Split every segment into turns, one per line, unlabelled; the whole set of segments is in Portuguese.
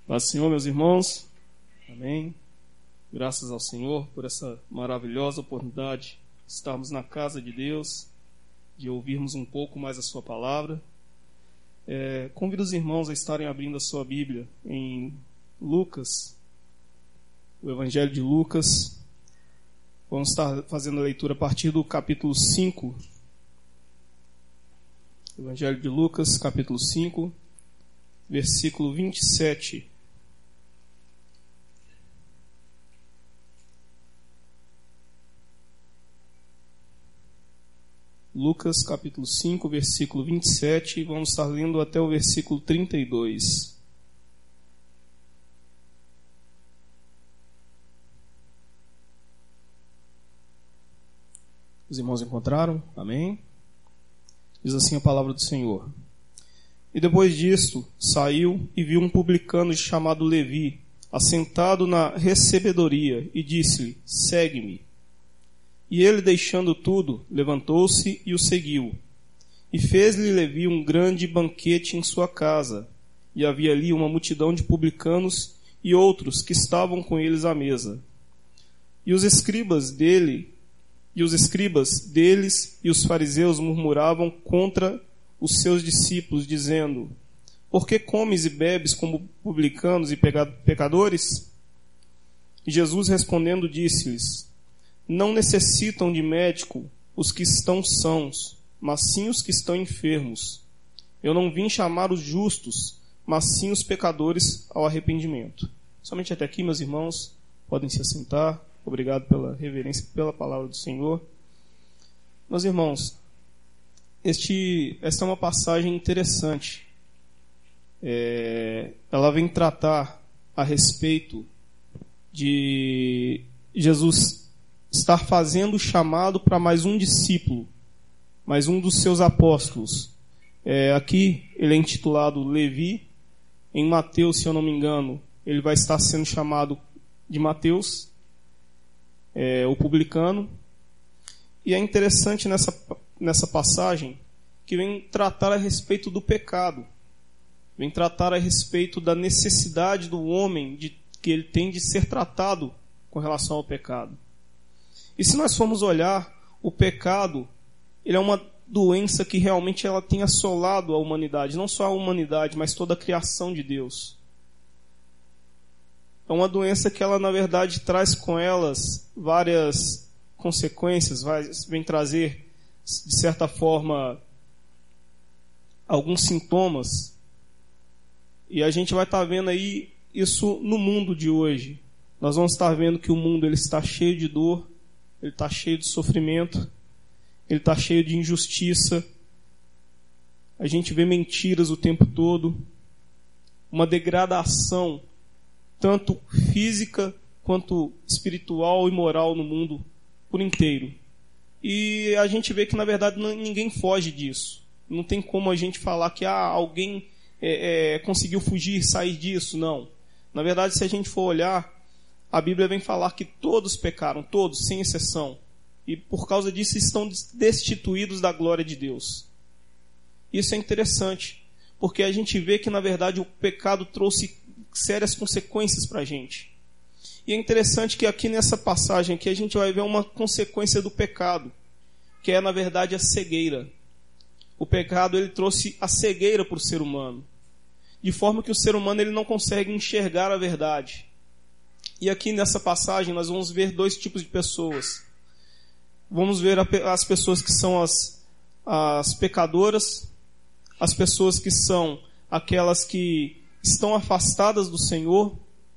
Paz do Senhor, meus irmãos. Amém. Graças ao Senhor por essa maravilhosa oportunidade de estarmos na casa de Deus, de ouvirmos um pouco mais a sua palavra. Convido os irmãos a estarem abrindo a sua Bíblia em Lucas, o Evangelho de Lucas. Vamos estar fazendo a leitura a partir do capítulo 5. Evangelho de Lucas, capítulo 5, versículo 27. Lucas, capítulo 5, versículo 27, e vamos estar lendo até o versículo 32. Os irmãos encontraram? Amém? Diz assim a palavra do Senhor. E depois disto, saiu e viu um publicano chamado Levi, assentado na recebedoria, e disse-lhe: segue-me. E ele, deixando tudo, levantou-se e o seguiu. E fez-lhe Levi um grande banquete em sua casa, e havia ali uma multidão de publicanos e outros que estavam com eles à mesa. E os escribas deles e os fariseus murmuravam contra os seus discípulos, dizendo: por que comes e bebes como publicanos e pecadores? E Jesus, respondendo, disse-lhes: não necessitam de médico os que estão sãos, mas sim os que estão enfermos. Eu não vim chamar os justos, mas sim os pecadores ao arrependimento. Somente até aqui, meus irmãos, podem se assentar. Obrigado pela reverência, pela palavra do Senhor. Meus irmãos, esta é uma passagem interessante. Ela vem tratar a respeito de Jesus estar fazendo o chamado para mais um discípulo, mais um dos seus apóstolos. Aqui ele é intitulado Levi. Em Mateus, se eu não me engano, ele vai estar sendo chamado de Mateus, o publicano. E é interessante nessa passagem que vem tratar a respeito do pecado, vem tratar a respeito da necessidade do homem que ele tem de ser tratado com relação ao pecado. E se nós formos olhar, o pecado, ele é uma doença que realmente ela tem assolado a humanidade, não só a humanidade, mas toda a criação de Deus. É uma doença que ela, na verdade, traz com elas várias consequências, vem trazer, de certa forma, alguns sintomas. E a gente vai estar vendo aí isso no mundo de hoje. Nós vamos estar vendo que o mundo ele está cheio de dor, ele está cheio de sofrimento, ele está cheio de injustiça. A gente vê mentiras o tempo todo, uma degradação, tanto física quanto espiritual e moral no mundo por inteiro. E a gente vê que, na verdade, ninguém foge disso. Não tem como a gente falar que alguém conseguiu fugir, sair disso. Não. Na verdade, se a gente for olhar, a Bíblia vem falar que todos pecaram, todos, sem exceção. E por causa disso estão destituídos da glória de Deus. Isso é interessante, porque a gente vê que, na verdade, o pecado trouxe sérias consequências para a gente. E é interessante que aqui nessa passagem aqui a gente vai ver uma consequência do pecado, que é, na verdade, a cegueira. O pecado ele trouxe a cegueira para o ser humano, de forma que o ser humano ele não consegue enxergar a verdade. E aqui nessa passagem nós vamos ver dois tipos de pessoas. Vamos ver as pessoas que são as pecadoras, as pessoas que são aquelas que estão afastadas do Senhor,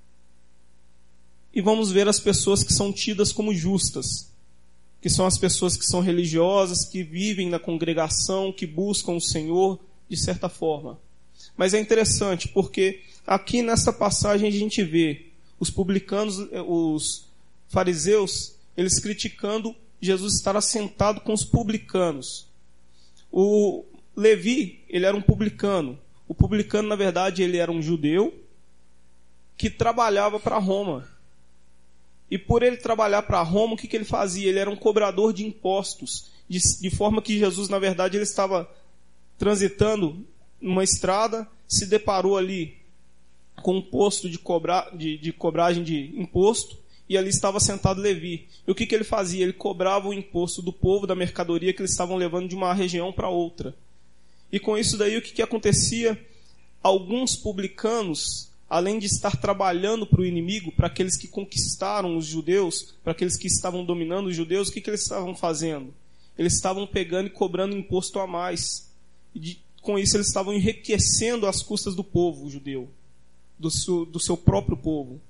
e vamos ver as pessoas que são tidas como justas, que são as pessoas que são religiosas, que vivem na congregação, que buscam o Senhor de certa forma. Mas é interessante porque aqui nessa passagem a gente vê os publicanos, os fariseus, eles criticando Jesus estar assentado com os publicanos. O Levi, ele era um publicano. O publicano, na verdade, ele era um judeu que trabalhava para Roma. E por ele trabalhar para Roma, o que ele fazia? Ele era um cobrador de impostos, de forma que Jesus, na verdade, ele estava transitando numa estrada, se deparou ali com um posto de cobragem de imposto, e ali estava sentado Levi. E o que ele fazia? Ele cobrava o imposto do povo, da mercadoria que eles estavam levando de uma região para outra. E com isso daí, o que acontecia? Alguns publicanos, além de estar trabalhando para o inimigo, para aqueles que conquistaram os judeus, para aqueles que estavam dominando os judeus, o que eles estavam fazendo? Eles estavam pegando e cobrando imposto a mais. E com isso eles estavam enriquecendo às custas do povo judeu, do seu próprio povo.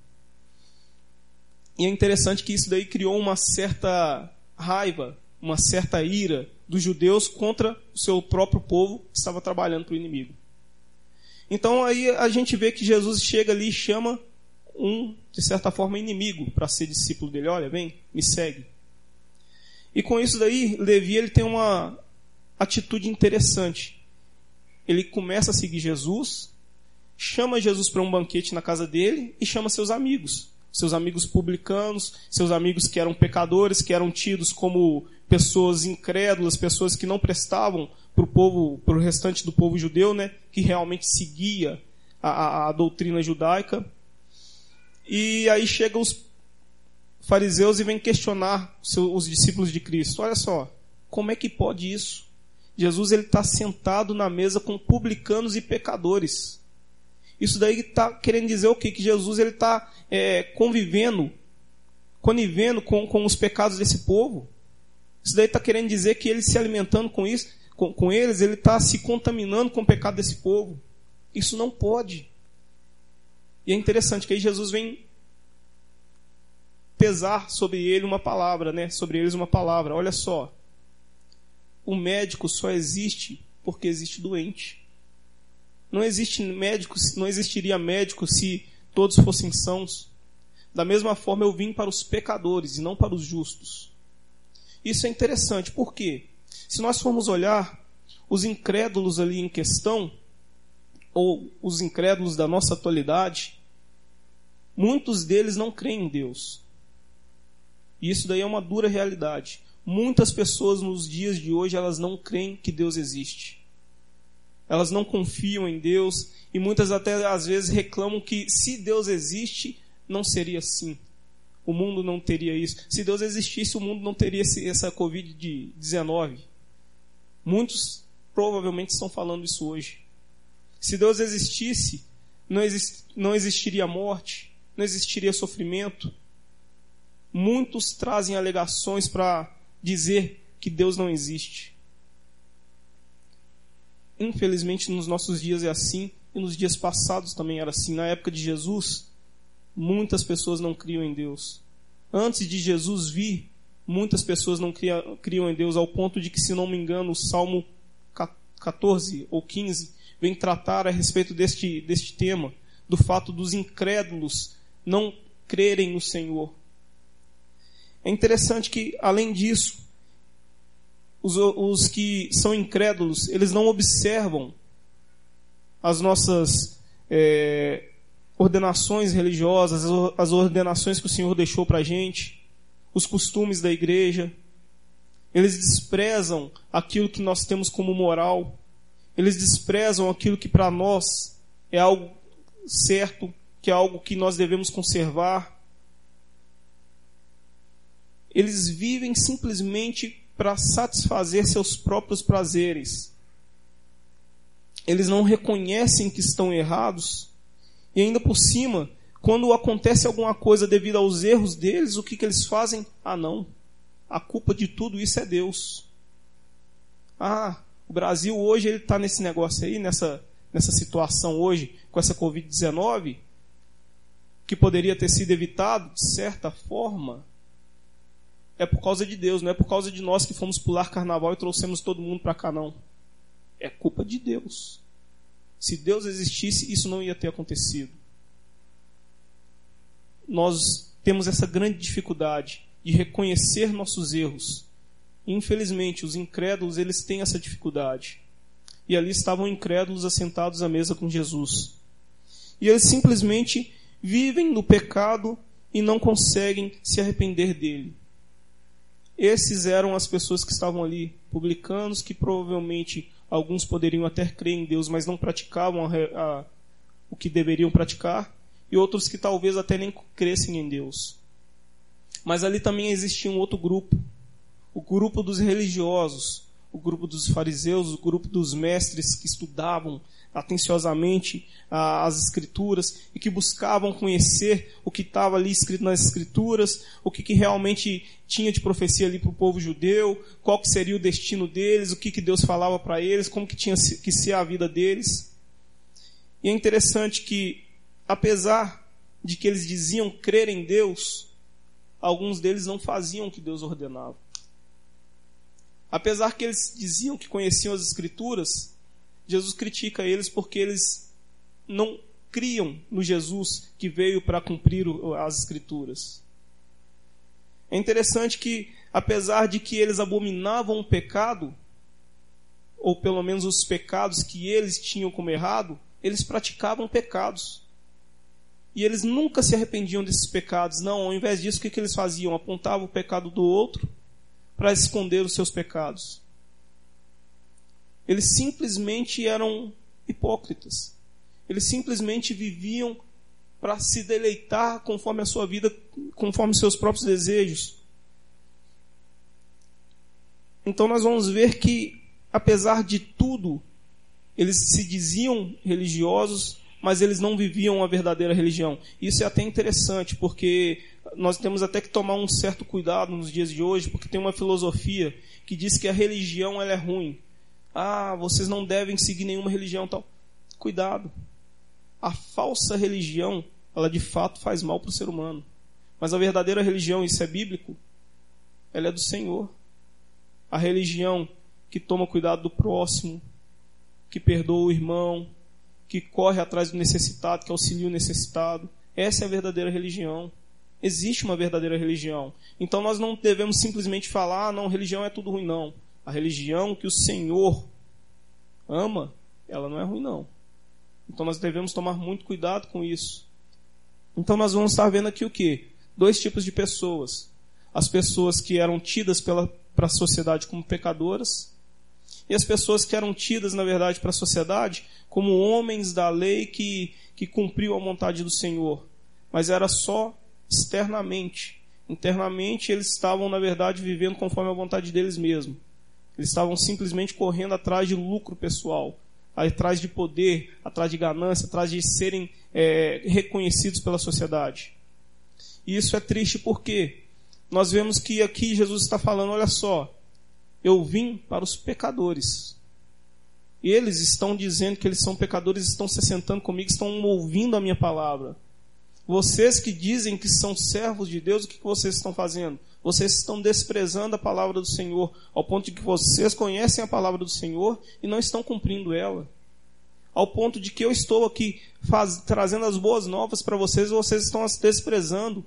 E é interessante que isso daí criou uma certa raiva, uma certa ira dos judeus contra o seu próprio povo que estava trabalhando para o inimigo. Então aí a gente vê que Jesus chega ali e chama de certa forma, inimigo para ser discípulo dele. Olha, vem, me segue. E com isso daí, Levi ele tem uma atitude interessante. Ele começa a seguir Jesus, chama Jesus para um banquete na casa dele e chama seus amigos publicanos, seus amigos que eram pecadores, que eram tidos como pessoas incrédulas, pessoas que não prestavam para o restante do povo judeu, né, que realmente seguia a doutrina judaica. E aí chegam os fariseus e vêm questionar os discípulos de Cristo. Olha só, como é que pode isso? Jesus está sentado na mesa com publicanos e pecadores. Isso daí está querendo dizer o quê? Que Jesus está conivendo com os pecados desse povo. Isso daí está querendo dizer que ele se alimentando com isso, com eles, ele está se contaminando com o pecado desse povo. Isso não pode. E é interessante que aí Jesus vem pesar sobre ele uma palavra, né? Sobre eles uma palavra. Olha só, o médico só existe porque existe doente. Não existiria médico se todos fossem sãos. Da mesma forma eu vim para os pecadores e não para os justos. Isso é interessante, por quê? Se nós formos olhar os incrédulos ali em questão, ou os incrédulos da nossa atualidade, muitos deles não creem em Deus. E isso daí é uma dura realidade. Muitas pessoas nos dias de hoje, elas não creem que Deus existe. Elas não confiam em Deus e muitas até às vezes reclamam que se Deus existe, não seria assim. O mundo não teria isso. Se Deus existisse, o mundo não teria essa Covid-19. Muitos provavelmente estão falando isso hoje. Se Deus existisse, não existiria morte, não existiria sofrimento. Muitos trazem alegações para dizer que Deus não existe. Infelizmente, nos nossos dias é assim, e nos dias passados também era assim. Na época de Jesus, muitas pessoas não criam em Deus. Antes de Jesus vir, muitas pessoas não criam em Deus, ao ponto de que, se não me engano, o Salmo 14 ou 15 vem tratar a respeito deste tema, do fato dos incrédulos não crerem no Senhor. É interessante que, além disso, os que são incrédulos, eles não observam as nossas ordenações religiosas, as ordenações que o Senhor deixou para a gente, os costumes da igreja. Eles desprezam aquilo que nós temos como moral. Eles desprezam aquilo que para nós é algo certo, que é algo que nós devemos conservar. Eles vivem simplesmente para satisfazer seus próprios prazeres. Eles não reconhecem que estão errados. E ainda por cima, quando acontece alguma coisa devido aos erros deles, o que eles fazem? Ah, não. A culpa de tudo isso é Deus. Ah, o Brasil hoje está nesse negócio aí, nessa situação hoje, com essa Covid-19, que poderia ter sido evitado, de certa forma. É por causa de Deus, não é por causa de nós que fomos pular carnaval e trouxemos todo mundo para cá, não. É culpa de Deus. Se Deus existisse, isso não ia ter acontecido. Nós temos essa grande dificuldade de reconhecer nossos erros. Infelizmente, os incrédulos, eles têm essa dificuldade. E ali estavam incrédulos assentados à mesa com Jesus. E eles simplesmente vivem no pecado e não conseguem se arrepender dele. Esses eram as pessoas que estavam ali, publicanos, que provavelmente alguns poderiam até crer em Deus, mas não praticavam o que deveriam praticar, e outros que talvez até nem crescem em Deus. Mas ali também existia um outro grupo, o grupo dos religiosos, o grupo dos fariseus, o grupo dos mestres que estudavam atenciosamente as Escrituras e que buscavam conhecer o que estava ali escrito nas Escrituras, o que realmente tinha de profecia ali para o povo judeu, qual que seria o destino deles, o que Deus falava para eles, como que tinha que ser a vida deles. E é interessante que, apesar de que eles diziam crer em Deus, alguns deles não faziam o que Deus ordenava. Apesar que eles diziam que conheciam as Escrituras, Jesus critica eles porque eles não criam no Jesus que veio para cumprir as Escrituras. É interessante que, apesar de que eles abominavam o pecado, ou pelo menos os pecados que eles tinham como errado, eles praticavam pecados. E eles nunca se arrependiam desses pecados. Não, ao invés disso, o que eles faziam? Apontavam o pecado do outro para esconder os seus pecados. Eles simplesmente eram hipócritas. Eles simplesmente viviam para se deleitar conforme a sua vida, conforme os seus próprios desejos. Então nós vamos ver que, apesar de tudo, eles se diziam religiosos, mas eles não viviam a verdadeira religião. Isso é até interessante, porque nós temos até que tomar um certo cuidado nos dias de hoje, porque tem uma filosofia que diz que a religião ela é ruim. Vocês não devem seguir nenhuma religião, tal. Cuidado. A falsa religião, ela de fato faz mal para o ser humano. Mas a verdadeira religião, isso é bíblico, ela é do Senhor. A religião que toma cuidado do próximo, que perdoa o irmão, que corre atrás do necessitado, que auxilia o necessitado. Essa é a verdadeira religião. Existe uma verdadeira religião. Então nós não devemos simplesmente falar, não, religião é tudo ruim, não. A religião que o Senhor ama, ela não é ruim, não. Então nós devemos tomar muito cuidado com isso. Então nós vamos estar vendo aqui o quê? 2 tipos de pessoas. As pessoas que eram tidas para a sociedade como pecadoras, e as pessoas que eram tidas, na verdade, para a sociedade como homens da lei que cumpriam a vontade do Senhor. Mas era só externamente. Internamente eles estavam, na verdade, vivendo conforme a vontade deles mesmos. Eles estavam simplesmente correndo atrás de lucro pessoal, atrás de poder, atrás de ganância, atrás de serem reconhecidos pela sociedade. E isso é triste porque nós vemos que aqui Jesus está falando, olha só, eu vim para os pecadores. Eles estão dizendo que eles são pecadores, estão se sentando comigo, estão ouvindo a minha palavra. Vocês que dizem que são servos de Deus, o que vocês estão fazendo? Vocês estão desprezando a palavra do Senhor, ao ponto de que vocês conhecem a palavra do Senhor e não estão cumprindo ela. Ao ponto de que eu estou aqui trazendo as boas novas para vocês e vocês estão as desprezando.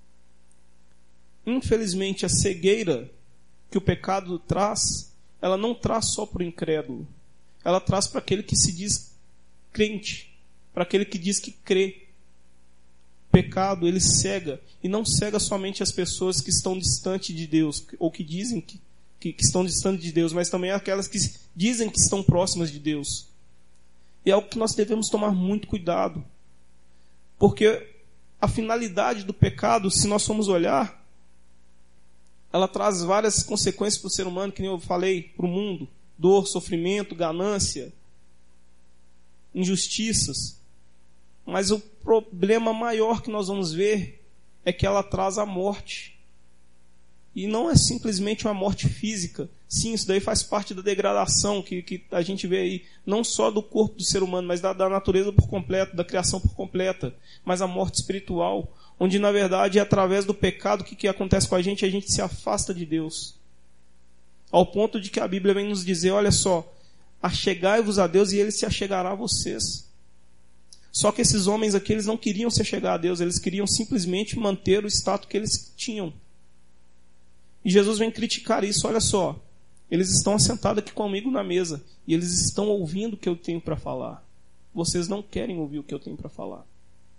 Infelizmente, a cegueira que o pecado traz, ela não traz só para o incrédulo. Ela traz para aquele que se diz crente, para aquele que diz que crê. O pecado, ele cega, e não cega somente as pessoas que estão distantes de Deus, ou que dizem que estão distantes de Deus, mas também aquelas que dizem que estão próximas de Deus. E é algo que nós devemos tomar muito cuidado, porque a finalidade do pecado, se nós formos olhar, ela traz várias consequências para o ser humano, que nem eu falei, para o mundo: dor, sofrimento, ganância, injustiças. Mas o problema maior que nós vamos ver é que ela traz a morte. E não é simplesmente uma morte física. Sim, isso daí faz parte da degradação que a gente vê aí, não só do corpo do ser humano, mas da natureza por completo, da criação por completa, mas a morte espiritual, onde na verdade é através do pecado que acontece com a gente se afasta de Deus. Ao ponto de que a Bíblia vem nos dizer, olha só, achegai-vos a Deus e Ele se achegará a vocês. Só que esses homens aqui, eles não queriam se achegar a Deus, eles queriam simplesmente manter o status que eles tinham. E Jesus vem criticar isso, olha só, eles estão assentados aqui comigo na mesa, e eles estão ouvindo o que eu tenho para falar. Vocês não querem ouvir o que eu tenho para falar.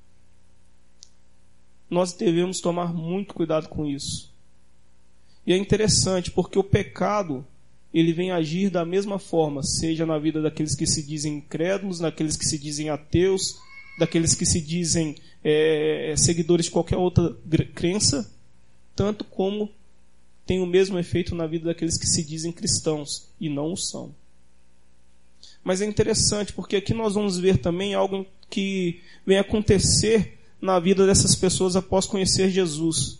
Nós devemos tomar muito cuidado com isso. E é interessante, porque o pecado, ele vem agir da mesma forma, seja na vida daqueles que se dizem incrédulos, naqueles que se dizem ateus, daqueles que se dizem seguidores de qualquer outra crença, tanto como tem o mesmo efeito na vida daqueles que se dizem cristãos e não o são. Mas é interessante, porque aqui nós vamos ver também algo que vem acontecer na vida dessas pessoas após conhecer Jesus.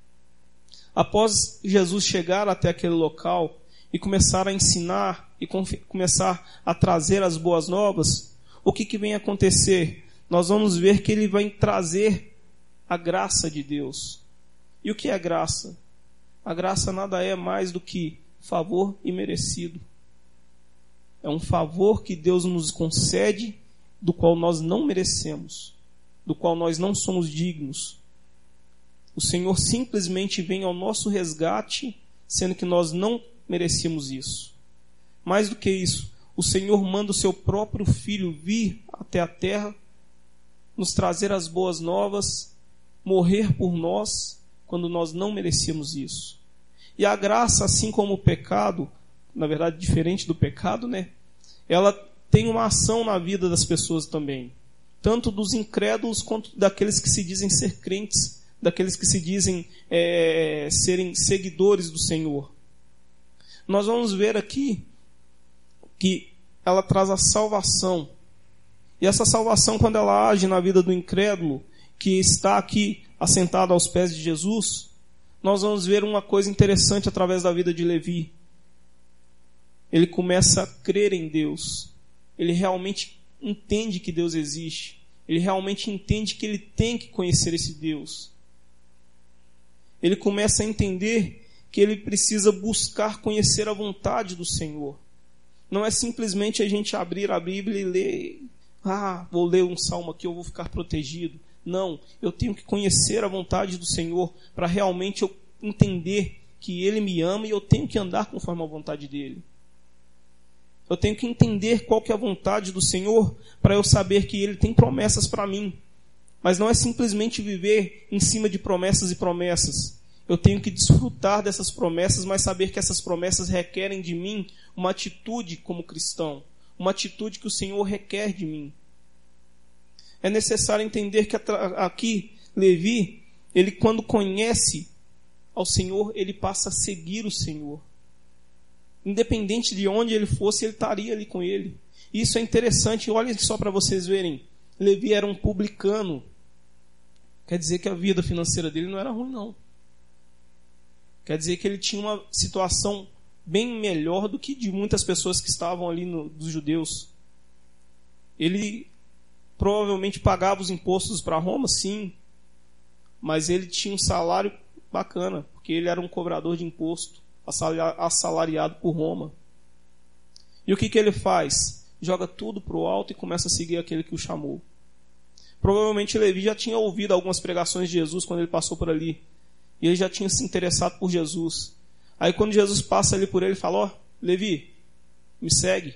Após Jesus chegar até aquele local e começar a ensinar e começar a trazer as boas novas, o que vem acontecer? Nós vamos ver que ele vai trazer a graça de Deus. E o que é graça? A graça nada é mais do que favor imerecido. É um favor que Deus nos concede, do qual nós não merecemos, do qual nós não somos dignos. O Senhor simplesmente vem ao nosso resgate, sendo que nós não merecíamos isso. Mais do que isso, o Senhor manda o seu próprio Filho vir até a terra, nos trazer as boas novas, morrer por nós, quando nós não merecíamos isso. E a graça, assim como o pecado, na verdade diferente do pecado, né? Ela tem uma ação na vida das pessoas também. Tanto dos incrédulos quanto daqueles que se dizem ser crentes, daqueles que se dizem serem seguidores do Senhor. Nós vamos ver aqui que ela traz a salvação. E essa salvação, quando ela age na vida do incrédulo, que está aqui assentado aos pés de Jesus, nós vamos ver uma coisa interessante através da vida de Levi. Ele começa a crer em Deus. Ele realmente entende que Deus existe. Ele realmente entende que ele tem que conhecer esse Deus. Ele começa a entender que ele precisa buscar conhecer a vontade do Senhor. Não é simplesmente a gente abrir a Bíblia e ler, vou ler um salmo aqui, eu vou ficar protegido. Não, eu tenho que conhecer a vontade do Senhor para realmente eu entender que Ele me ama e eu tenho que andar conforme a vontade dEle. Eu tenho que entender qual que é a vontade do Senhor para eu saber que Ele tem promessas para mim. Mas não é simplesmente viver em cima de promessas e promessas. Eu tenho que desfrutar dessas promessas, mas saber que essas promessas requerem de mim uma atitude como cristão. Uma atitude que o Senhor requer de mim. É necessário entender que aqui, Levi, ele quando conhece ao Senhor, ele passa a seguir o Senhor. Independente de onde ele fosse, ele estaria ali com ele. Isso é interessante, olhem só para vocês verem. Levi era um publicano. Quer dizer que a vida financeira dele não era ruim, não. Quer dizer que ele tinha uma situação bem melhor do que de muitas pessoas que estavam ali dos judeus. Ele provavelmente pagava os impostos para Roma, sim, mas ele tinha um salário bacana, porque ele era um cobrador de imposto, assalariado por Roma. E o que ele faz? Joga tudo para o alto e começa a seguir aquele que o chamou. Provavelmente Levi já tinha ouvido algumas pregações de Jesus quando ele passou por ali, e ele já tinha se interessado por Jesus. Aí quando Jesus passa ali por ele, ele fala, Levi, me segue.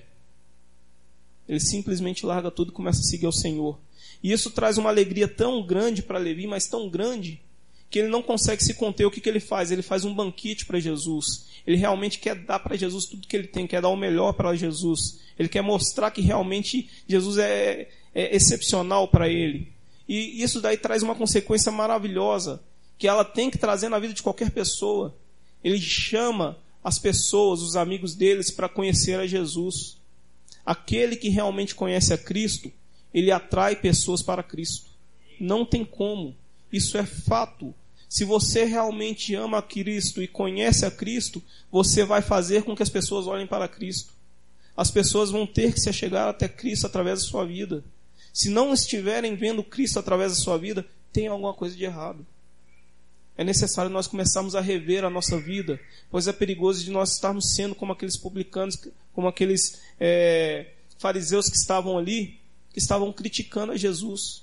Ele simplesmente larga tudo e começa a seguir ao Senhor. E isso traz uma alegria tão grande para Levi, mas tão grande, que ele não consegue se conter. O que ele faz? Ele faz um banquete para Jesus. Ele realmente quer dar para Jesus tudo que ele tem, quer dar o melhor para Jesus. Ele quer mostrar que realmente Jesus é excepcional para ele. E isso daí traz uma consequência maravilhosa, que ela tem que trazer na vida de qualquer pessoa. Ele chama as pessoas, os amigos deles, para conhecer a Jesus. Aquele que realmente conhece a Cristo, ele atrai pessoas para Cristo. Não tem como. Isso é fato. Se você realmente ama a Cristo e conhece a Cristo, você vai fazer com que as pessoas olhem para Cristo. As pessoas vão ter que se achegar até Cristo através da sua vida. Se não estiverem vendo Cristo através da sua vida, tem alguma coisa de errado. É necessário nós começarmos a rever a nossa vida, pois é perigoso de nós estarmos sendo como aqueles publicanos, como aqueles fariseus que estavam ali, que estavam criticando a Jesus.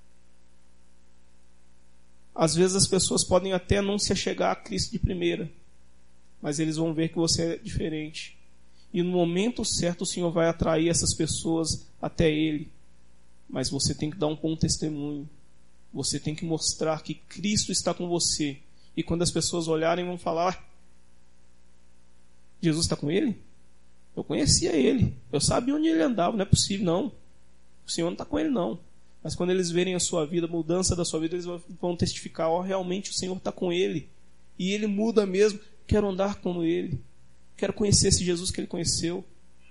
Às vezes as pessoas podem até não se achegar a Cristo de primeira, mas eles vão ver que você é diferente. E no momento certo o Senhor vai atrair essas pessoas até Ele. Mas você tem que dar um bom testemunho. Você tem que mostrar que Cristo está com você. E quando as pessoas olharem, vão falar, Jesus está com ele? Eu conhecia ele. Eu sabia onde ele andava. Não é possível, não. O Senhor não está com ele, não. Mas quando eles verem a sua vida, a mudança da sua vida, eles vão testificar, realmente o Senhor está com ele. E ele muda mesmo. Quero andar como ele. Quero conhecer esse Jesus que ele conheceu.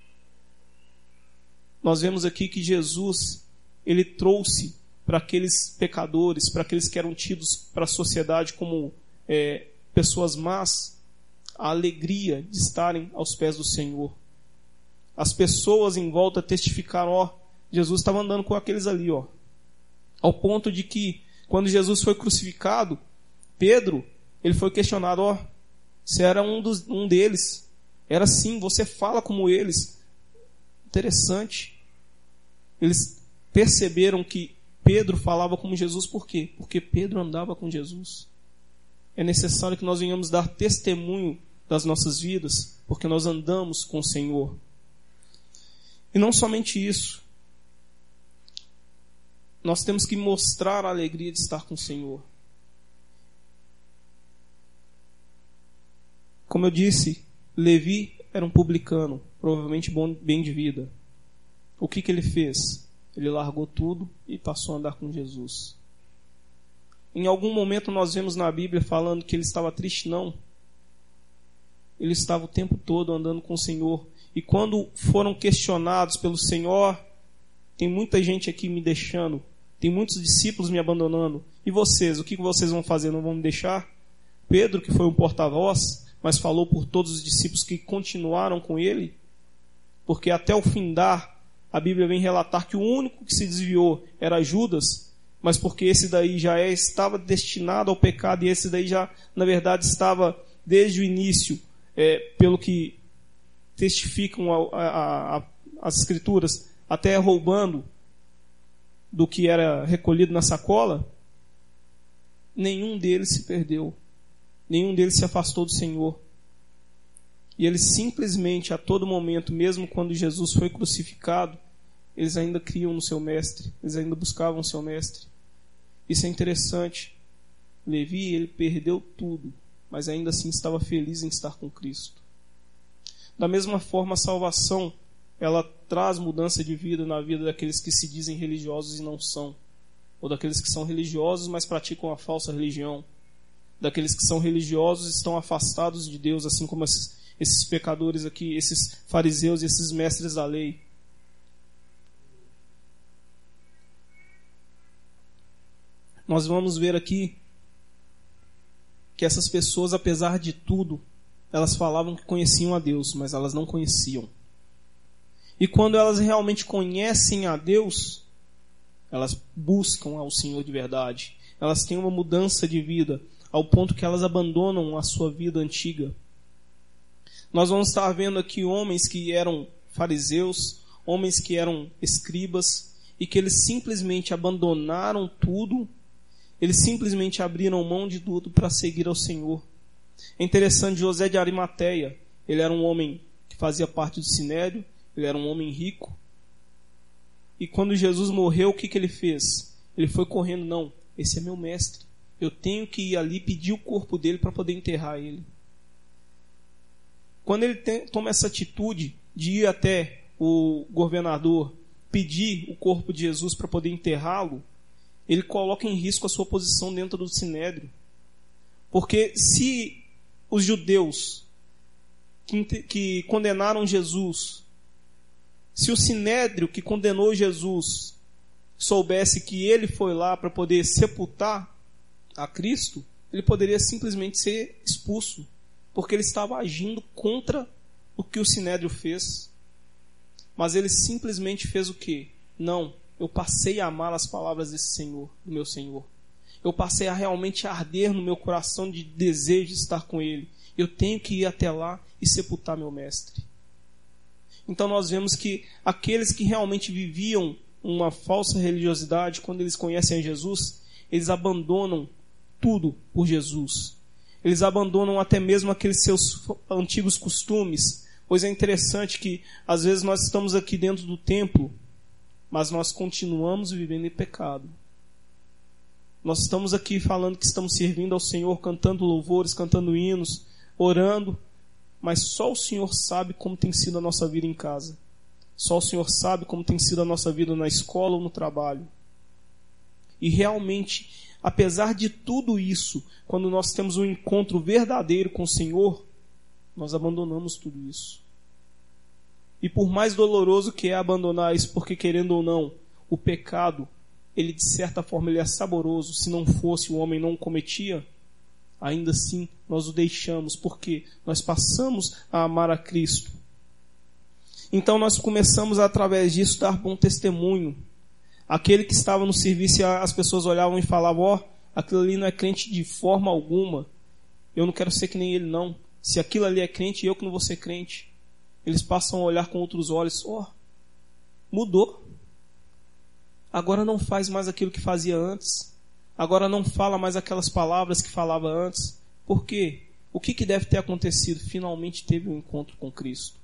Nós vemos aqui que Jesus, ele trouxe para aqueles pecadores, para aqueles que eram tidos para a sociedade como pessoas más, a alegria de estarem aos pés do Senhor. As pessoas em volta testificaram, Jesus estava andando com aqueles ali, ao ponto de que, quando Jesus foi crucificado, Pedro, ele foi questionado, você era um deles. Era sim, você fala como eles. Interessante. Eles perceberam que Pedro falava como Jesus, por quê? Porque Pedro andava com Jesus. É necessário que nós venhamos dar testemunho das nossas vidas, porque nós andamos com o Senhor. E não somente isso. Nós temos que mostrar a alegria de estar com o Senhor. Como eu disse, Levi era um publicano, provavelmente bem de vida. O que ele fez? Ele largou tudo e passou a andar com Jesus. Em algum momento nós vemos na Bíblia falando que ele estava triste, não. Ele estava o tempo todo andando com o Senhor. E quando foram questionados pelo Senhor, tem muita gente aqui me deixando, tem muitos discípulos me abandonando. E vocês, o que vocês vão fazer? Não vão me deixar? Pedro, que foi um porta-voz, mas falou por todos os discípulos que continuaram com ele, porque até o findar, a Bíblia vem relatar que o único que se desviou era Judas, mas porque esse daí já estava destinado ao pecado, e esse daí já, na verdade, estava desde o início, pelo que testificam as Escrituras, até roubando do que era recolhido na sacola. Nenhum deles se perdeu. Nenhum deles se afastou do Senhor. E eles simplesmente, a todo momento, mesmo quando Jesus foi crucificado, eles ainda criam no seu mestre. Eles ainda buscavam o seu mestre. Isso é interessante. Levi, ele perdeu tudo, mas ainda assim estava feliz em estar com Cristo. Da mesma forma, a salvação, ela traz mudança de vida na vida daqueles que se dizem religiosos e não são. Ou daqueles que são religiosos, mas praticam a falsa religião. Daqueles que são religiosos e estão afastados de Deus, assim como esses pecadores aqui, esses fariseus e esses mestres da lei. Nós vamos ver aqui que essas pessoas, apesar de tudo, elas falavam que conheciam a Deus, mas elas não conheciam. E quando elas realmente conhecem a Deus, elas buscam ao Senhor de verdade. Elas têm uma mudança de vida, ao ponto que elas abandonam a sua vida antiga. Nós vamos estar vendo aqui homens que eram fariseus, homens que eram escribas, e que eles simplesmente abandonaram tudo, eles simplesmente abriram mão de tudo para seguir ao Senhor. É interessante, José de Arimateia, ele era um homem que fazia parte do Sinédrio, ele era um homem rico, e quando Jesus morreu, o que ele fez? Ele foi correndo, não, esse é meu mestre, eu tenho que ir ali pedir o corpo dele para poder enterrar ele. Quando ele toma essa atitude de ir até o governador, pedir o corpo de Jesus para poder enterrá-lo, ele coloca em risco a sua posição dentro do Sinédrio. Porque se os judeus que condenaram Jesus, se o Sinédrio que condenou Jesus soubesse que ele foi lá para poder sepultar a Cristo, ele poderia simplesmente ser expulso, porque ele estava agindo contra o que o Sinédrio fez. Mas ele simplesmente fez o quê? Não, eu passei a amar as palavras desse Senhor, do meu Senhor. Eu passei a realmente arder no meu coração de desejo de estar com Ele. Eu tenho que ir até lá e sepultar meu mestre. Então nós vemos que aqueles que realmente viviam uma falsa religiosidade, quando eles conhecem a Jesus, eles abandonam tudo por Jesus. Eles abandonam até mesmo aqueles seus antigos costumes. Pois é interessante que às vezes nós estamos aqui dentro do templo, mas nós continuamos vivendo em pecado. Nós estamos aqui falando que estamos servindo ao Senhor, cantando louvores, cantando hinos, orando, mas só o Senhor sabe como tem sido a nossa vida em casa. Só o Senhor sabe como tem sido a nossa vida na escola ou no trabalho. E realmente, apesar de tudo isso, quando nós temos um encontro verdadeiro com o Senhor, nós abandonamos tudo isso. E por mais doloroso que é abandonar isso, porque querendo ou não, o pecado, ele de certa forma ele é saboroso. Se não fosse, o homem não o cometia. Ainda assim, nós o deixamos, porque nós passamos a amar a Cristo. Então nós começamos a, através disso, dar bom testemunho. Aquele que estava no serviço, as pessoas olhavam e falavam, aquilo ali não é crente de forma alguma. Eu não quero ser que nem ele, não. Se aquilo ali é crente, eu que não vou ser crente. Eles passam a olhar com outros olhos. Mudou. Agora não faz mais aquilo que fazia antes. Agora não fala mais aquelas palavras que falava antes. Por quê? O que deve ter acontecido? Finalmente teve um encontro com Cristo.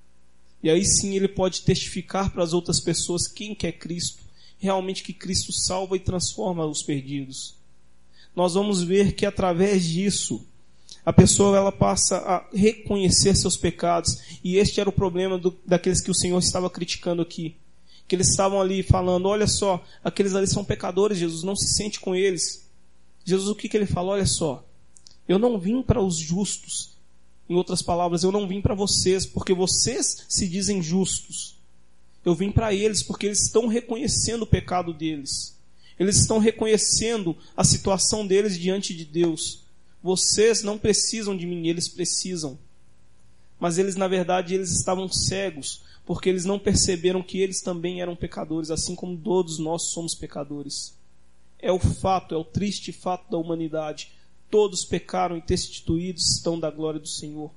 E aí sim ele pode testificar para as outras pessoas quem que é Cristo. Realmente que Cristo salva e transforma os perdidos. Nós vamos ver que através disso, a pessoa ela passa a reconhecer seus pecados. E este era o problema daqueles que o Senhor estava criticando aqui. Que eles estavam ali falando, olha só, aqueles ali são pecadores, Jesus não se sente com eles. Jesus, o que ele falou? Olha só, eu não vim para os justos. Em outras palavras, eu não vim para vocês, porque vocês se dizem justos. Eu vim para eles, porque eles estão reconhecendo o pecado deles. Eles estão reconhecendo a situação deles diante de Deus. Vocês não precisam de mim, eles precisam. Mas eles, na verdade, eles estavam cegos, porque eles não perceberam que eles também eram pecadores, assim como todos nós somos pecadores. É o fato, é o triste fato da humanidade. Todos pecaram e destituídos estão da glória do Senhor.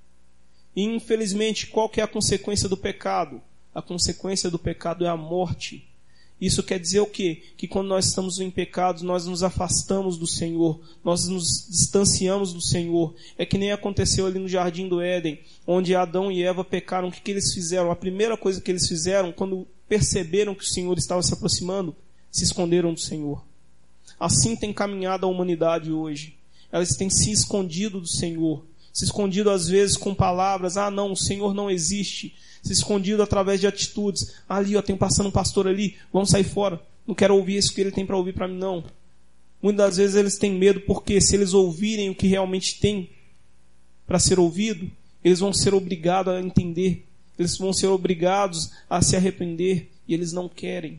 E infelizmente, qual que é a consequência do pecado? A consequência do pecado é a morte. Isso quer dizer o quê? Que quando nós estamos em pecado, nós nos afastamos do Senhor, nós nos distanciamos do Senhor. É que nem aconteceu ali no Jardim do Éden, onde Adão e Eva pecaram. O que eles fizeram? A primeira coisa que eles fizeram, quando perceberam que o Senhor estava se aproximando, se esconderam do Senhor. Assim tem caminhado a humanidade hoje. Elas têm se escondido do Senhor, se escondido às vezes com palavras, não, o Senhor não existe, se escondido através de atitudes, ali tem passando um pastor ali, vamos sair fora, não quero ouvir isso que ele tem para ouvir para mim não. Muitas das vezes eles têm medo, porque se eles ouvirem o que realmente tem para ser ouvido, eles vão ser obrigados a entender, eles vão ser obrigados a se arrepender, e eles não querem.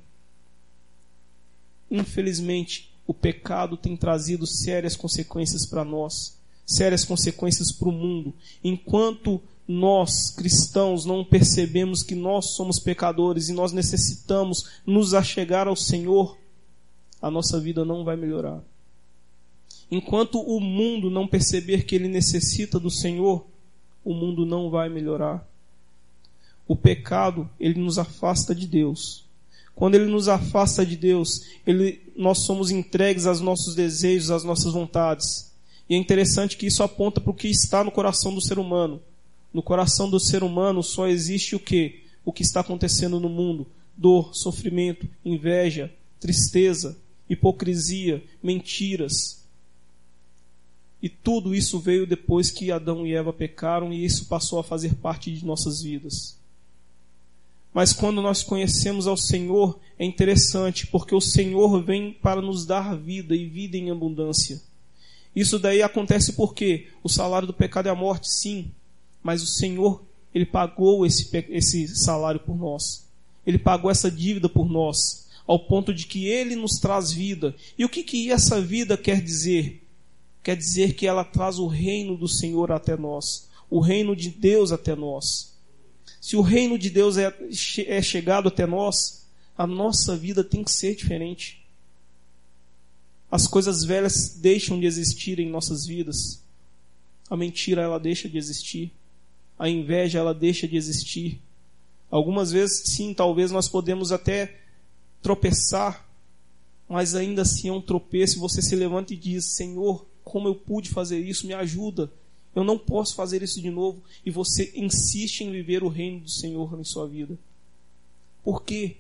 Infelizmente, o pecado tem trazido sérias consequências para nós, sérias consequências para o mundo. Enquanto nós, cristãos, não percebemos que nós somos pecadores e nós necessitamos nos achegar ao Senhor, a nossa vida não vai melhorar. Enquanto o mundo não perceber que ele necessita do Senhor, o mundo não vai melhorar. O pecado, ele nos afasta de Deus. Quando ele nos afasta de Deus, nós somos entregues aos nossos desejos, às nossas vontades. E é interessante que isso aponta para o que está no coração do ser humano. No coração do ser humano só existe o quê? O que está acontecendo no mundo. Dor, sofrimento, inveja, tristeza, hipocrisia, mentiras. E tudo isso veio depois que Adão e Eva pecaram, e isso passou a fazer parte de nossas vidas. Mas quando nós conhecemos ao Senhor, é interessante, porque o Senhor vem para nos dar vida, e vida em abundância. Isso daí acontece porque o salário do pecado é a morte, sim, mas o Senhor, Ele pagou esse salário por nós. Ele pagou essa dívida por nós, ao ponto de que Ele nos traz vida. E o que essa vida quer dizer? Quer dizer que ela traz o reino do Senhor até nós, o reino de Deus até nós. Se o reino de Deus é chegado até nós, a nossa vida tem que ser diferente. As coisas velhas deixam de existir em nossas vidas. A mentira, ela deixa de existir. A inveja, ela deixa de existir. Algumas vezes, sim, talvez nós podemos até tropeçar, mas ainda assim é um tropeço. Você se levanta e diz, Senhor, como eu pude fazer isso? Me ajuda. Eu não posso fazer isso de novo. E você insiste em viver o reino do Senhor em sua vida. Por quê?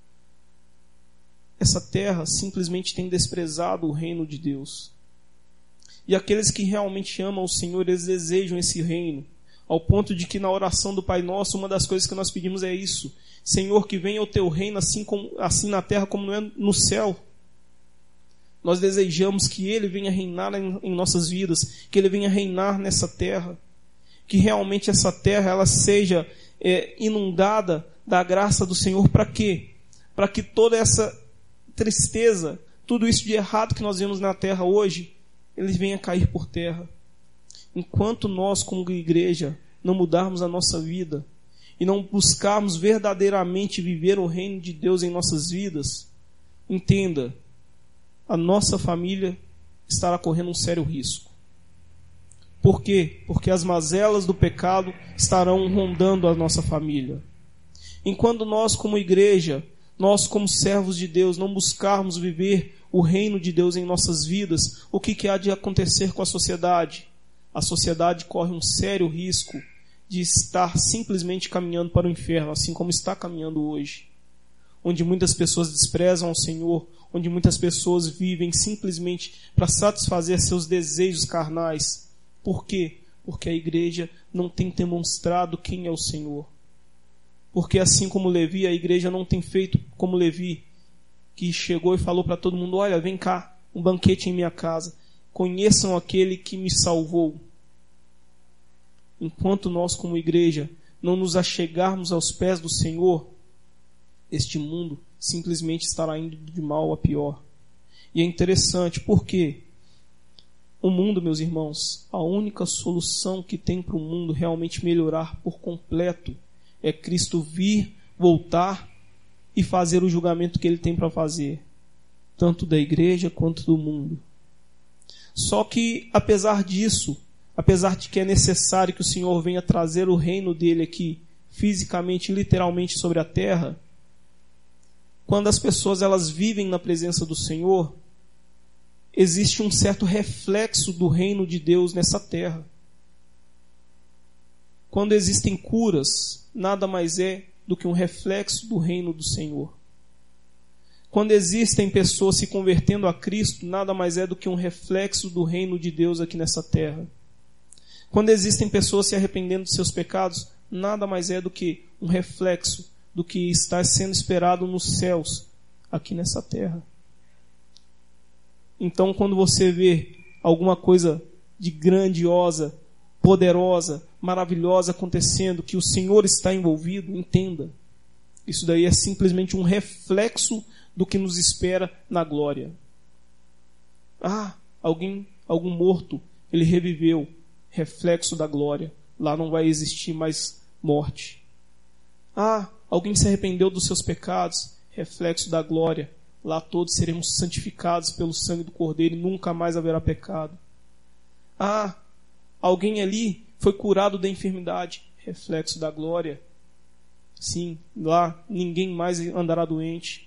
Essa terra simplesmente tem desprezado o reino de Deus. E aqueles que realmente amam o Senhor, eles desejam esse reino. Ao ponto de que na oração do Pai Nosso, uma das coisas que nós pedimos é isso. Senhor, que venha o teu reino assim na terra como não é no céu. Nós desejamos que Ele venha reinar em nossas vidas, que Ele venha reinar nessa terra, que realmente essa terra ela seja inundada da graça do Senhor. Para quê? Para que toda essa tristeza, tudo isso de errado que nós vemos na terra hoje, ele venha cair por terra. Enquanto nós, como igreja, não mudarmos a nossa vida e não buscarmos verdadeiramente viver o reino de Deus em nossas vidas, entenda, a nossa família estará correndo um sério risco. Por quê? Porque as mazelas do pecado estarão rondando a nossa família. Enquanto nós, como igreja, nós, como servos de Deus, não buscarmos viver o reino de Deus em nossas vidas, o que há de acontecer com a sociedade? A sociedade corre um sério risco de estar simplesmente caminhando para o inferno, assim como está caminhando hoje. Onde muitas pessoas desprezam ao Senhor, onde muitas pessoas vivem simplesmente para satisfazer seus desejos carnais. Por quê? Porque a igreja não tem demonstrado quem é o Senhor. Porque assim como Levi, a igreja não tem feito como Levi, que chegou e falou para todo mundo: olha, vem cá, um banquete em minha casa, conheçam aquele que me salvou. Enquanto nós, como igreja, não nos achegarmos aos pés do Senhor, este mundo simplesmente estará indo de mal a pior. E é interessante, porque o mundo, meus irmãos, a única solução que tem para o mundo realmente melhorar por completo é Cristo vir, voltar e fazer o julgamento que Ele tem para fazer, tanto da igreja quanto do mundo. Só que, apesar disso, apesar de que é necessário que o Senhor venha trazer o reino dele aqui, fisicamente, literalmente sobre a terra, quando as pessoas elas vivem na presença do Senhor, existe um certo reflexo do reino de Deus nessa terra. Quando existem curas, nada mais é do que um reflexo do reino do Senhor. Quando existem pessoas se convertendo a Cristo, nada mais é do que um reflexo do reino de Deus aqui nessa terra. Quando existem pessoas se arrependendo de seus pecados, nada mais é do que um reflexo do que está sendo esperado nos céus, aqui nessa terra. Então, quando você vê alguma coisa de grandiosa, poderosa, maravilhosa acontecendo, que o Senhor está envolvido, entenda. Isso daí é simplesmente um reflexo do que nos espera na glória. Algum morto, ele reviveu. Reflexo da glória. Lá não vai existir mais morte. Alguém se arrependeu dos seus pecados. Reflexo da glória. Lá todos seremos santificados pelo sangue do Cordeiro e nunca mais haverá pecado. Alguém ali foi curado da enfermidade. Reflexo da glória. Sim, lá ninguém mais andará doente.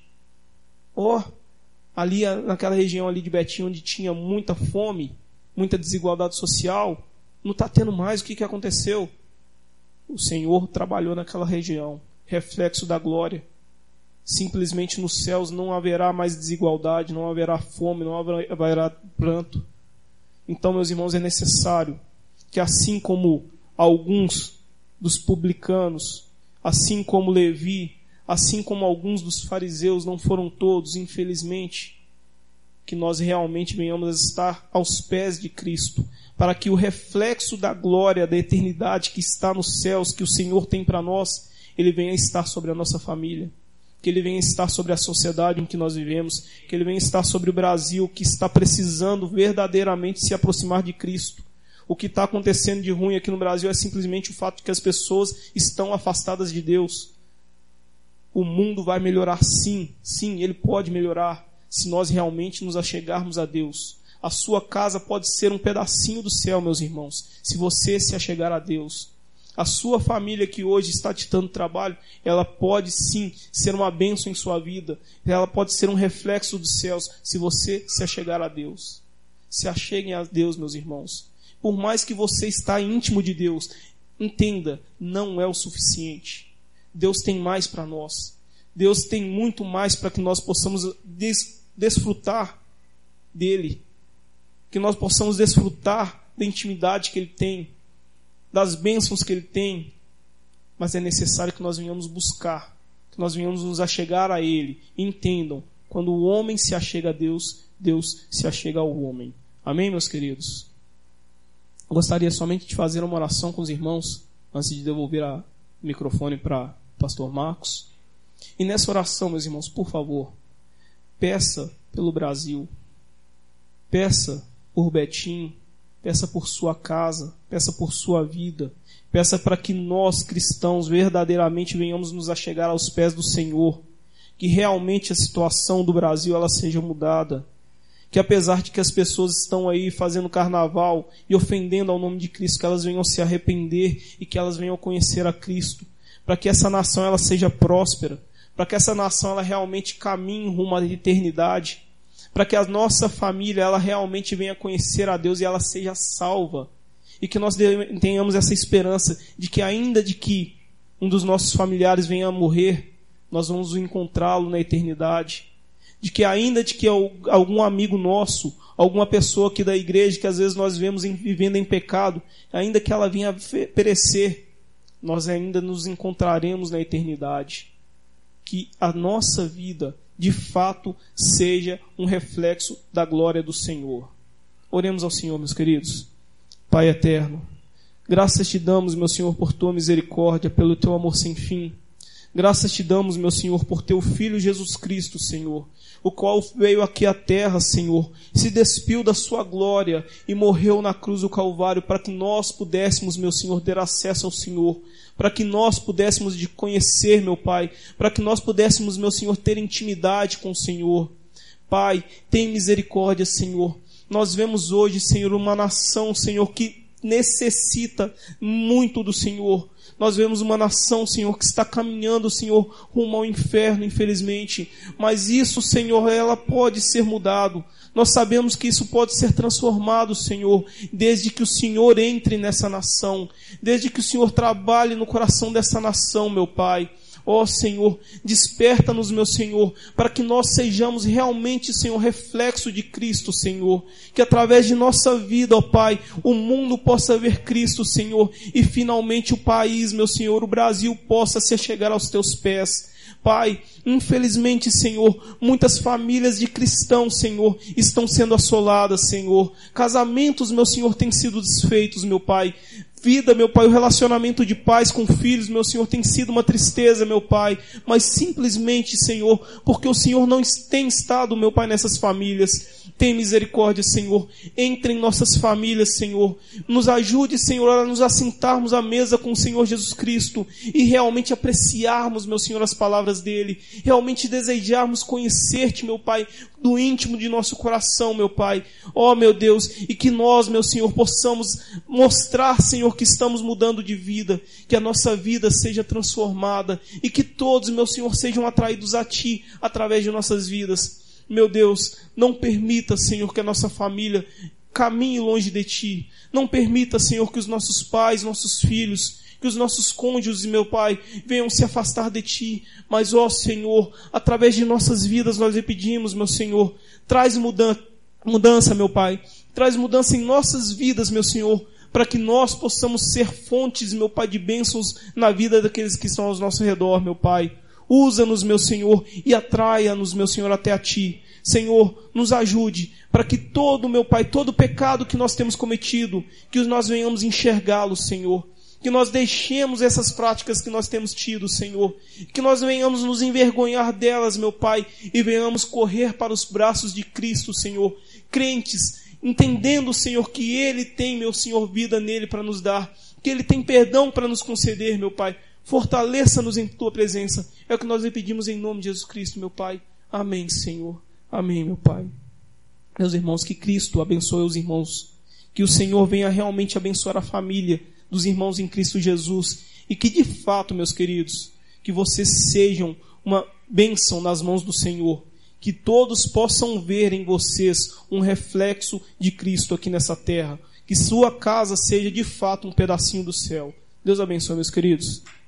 Ali naquela região ali de Betim, onde tinha muita fome, muita desigualdade social, não está tendo mais. O que aconteceu? O Senhor trabalhou naquela região. Reflexo da glória. Simplesmente nos céus não haverá mais desigualdade, não haverá fome, não haverá pranto. Então, meus irmãos, é necessário que, assim como alguns dos publicanos, assim como Levi, assim como alguns dos fariseus, não foram todos, infelizmente, que nós realmente venhamos a estar aos pés de Cristo, para que o reflexo da glória, da eternidade que está nos céus, que o Senhor tem para nós, ele venha a estar sobre a nossa família, que ele venha a estar sobre a sociedade em que nós vivemos, que ele venha a estar sobre o Brasil, que está precisando verdadeiramente se aproximar de Cristo. O que está acontecendo de ruim aqui no Brasil é simplesmente o fato de que as pessoas estão afastadas de Deus. O mundo vai melhorar sim, ele pode melhorar, se nós realmente nos achegarmos a Deus. A sua casa pode ser um pedacinho do céu, meus irmãos, se você se achegar a Deus. A sua família que hoje está te dando trabalho, ela pode sim ser uma bênção em sua vida. Ela pode ser um reflexo dos céus, se você se achegar a Deus. Se acheguem a Deus, meus irmãos. Por mais que você está íntimo de Deus, entenda, não é o suficiente. Deus tem mais para nós. Deus tem muito mais para que nós possamos desfrutar dele. Que nós possamos desfrutar da intimidade que ele tem, das bênçãos que ele tem. Mas é necessário que nós venhamos buscar, que nós venhamos nos achegar a ele. Entendam, quando o homem se achega a Deus, Deus se achega ao homem. Amém, meus queridos? Eu gostaria somente de fazer uma oração com os irmãos, antes de devolver o microfone para o pastor Marcos. E nessa oração, meus irmãos, por favor, peça pelo Brasil, peça por Betim, peça por sua casa, peça por sua vida, peça para que nós, cristãos, verdadeiramente venhamos nos achegar aos pés do Senhor, que realmente a situação do Brasil ela seja mudada, que apesar de que as pessoas estão aí fazendo carnaval e ofendendo ao nome de Cristo, que elas venham se arrepender e que elas venham conhecer a Cristo, para que essa nação ela seja próspera, para que essa nação ela realmente caminhe rumo à eternidade, para que a nossa família ela realmente venha conhecer a Deus e ela seja salva, e que nós tenhamos essa esperança de que ainda de que um dos nossos familiares venha a morrer, nós vamos encontrá-lo na eternidade, de que ainda de que algum amigo nosso, alguma pessoa aqui da igreja que às vezes nós vemos vivendo em pecado, ainda que ela venha a perecer, nós ainda nos encontraremos na eternidade. Que a nossa vida, de fato, seja um reflexo da glória do Senhor. Oremos ao Senhor, meus queridos. Pai eterno, graças te damos, meu Senhor, por tua misericórdia, pelo teu amor sem fim. Graças te damos, meu Senhor, por teu Filho Jesus Cristo, Senhor, o qual veio aqui à terra, Senhor, se despiu da sua glória e morreu na cruz do Calvário para que nós pudéssemos, meu Senhor, ter acesso ao Senhor, para que nós pudéssemos te conhecer, meu Pai, para que nós pudéssemos, meu Senhor, ter intimidade com o Senhor. Pai, tem misericórdia, Senhor. Nós vemos hoje, Senhor, uma nação, Senhor, que necessita muito do Senhor. Nós vemos uma nação, Senhor, que está caminhando, Senhor, rumo ao inferno, infelizmente. Mas isso, Senhor, ela pode ser mudado. Nós sabemos que isso pode ser transformado, Senhor, desde que o Senhor entre nessa nação, desde que o Senhor trabalhe no coração dessa nação, meu Pai. Ó Senhor, desperta-nos, meu Senhor, para que nós sejamos realmente, Senhor, reflexo de Cristo, Senhor. Que através de nossa vida, ó Pai, o mundo possa ver Cristo, Senhor. E finalmente o país, meu Senhor, o Brasil possa se achegar aos teus pés. Pai, infelizmente, Senhor, muitas famílias de cristãos, Senhor, estão sendo assoladas, Senhor. Casamentos, meu Senhor, têm sido desfeitos, meu Pai. Vida, meu Pai, o relacionamento de pais com filhos, meu Senhor, tem sido uma tristeza, meu Pai, mas simplesmente, Senhor, porque o Senhor não tem estado, meu Pai, nessas famílias. Tem misericórdia, Senhor, entre em nossas famílias, Senhor. Nos ajude, Senhor, a nos assentarmos à mesa com o Senhor Jesus Cristo e realmente apreciarmos, meu Senhor, as palavras dele, realmente desejarmos conhecer-te, meu Pai, do íntimo de nosso coração, meu Pai. Ó, meu Deus, e que nós, meu Senhor, possamos mostrar, Senhor, que estamos mudando de vida, que a nossa vida seja transformada e que todos, meu Senhor, sejam atraídos a Ti através de nossas vidas. Meu Deus, não permita, Senhor, que a nossa família caminhe longe de Ti. Não permita, Senhor, que os nossos pais, nossos filhos, que os nossos cônjuges, meu Pai, venham se afastar de Ti. Mas, ó Senhor, através de nossas vidas nós lhe pedimos, meu Senhor, traz mudança, meu Pai. Traz mudança em nossas vidas, meu Senhor, para que nós possamos ser fontes, meu Pai, de bênçãos na vida daqueles que estão ao nosso redor, meu Pai. Usa-nos, meu Senhor, e atraia-nos, meu Senhor, até a Ti. Senhor, nos ajude para que todo, meu Pai, todo pecado que nós temos cometido, que nós venhamos enxergá-lo, Senhor. Que nós deixemos essas práticas que nós temos tido, Senhor. Que nós venhamos nos envergonhar delas, meu Pai, e venhamos correr para os braços de Cristo, Senhor. Crentes, entendendo, Senhor, que Ele tem, meu Senhor, vida nele para nos dar. Que Ele tem perdão para nos conceder, meu Pai. Fortaleça-nos em Tua presença. É o que nós lhe pedimos em nome de Jesus Cristo, meu Pai. Amém, Senhor. Amém, meu Pai. Meus irmãos, que Cristo abençoe os irmãos. Que o Senhor venha realmente abençoar a família dos irmãos em Cristo Jesus. E que de fato, meus queridos, que vocês sejam uma bênção nas mãos do Senhor. Que todos possam ver em vocês um reflexo de Cristo aqui nessa terra. Que sua casa seja de fato um pedacinho do céu. Deus abençoe, meus queridos.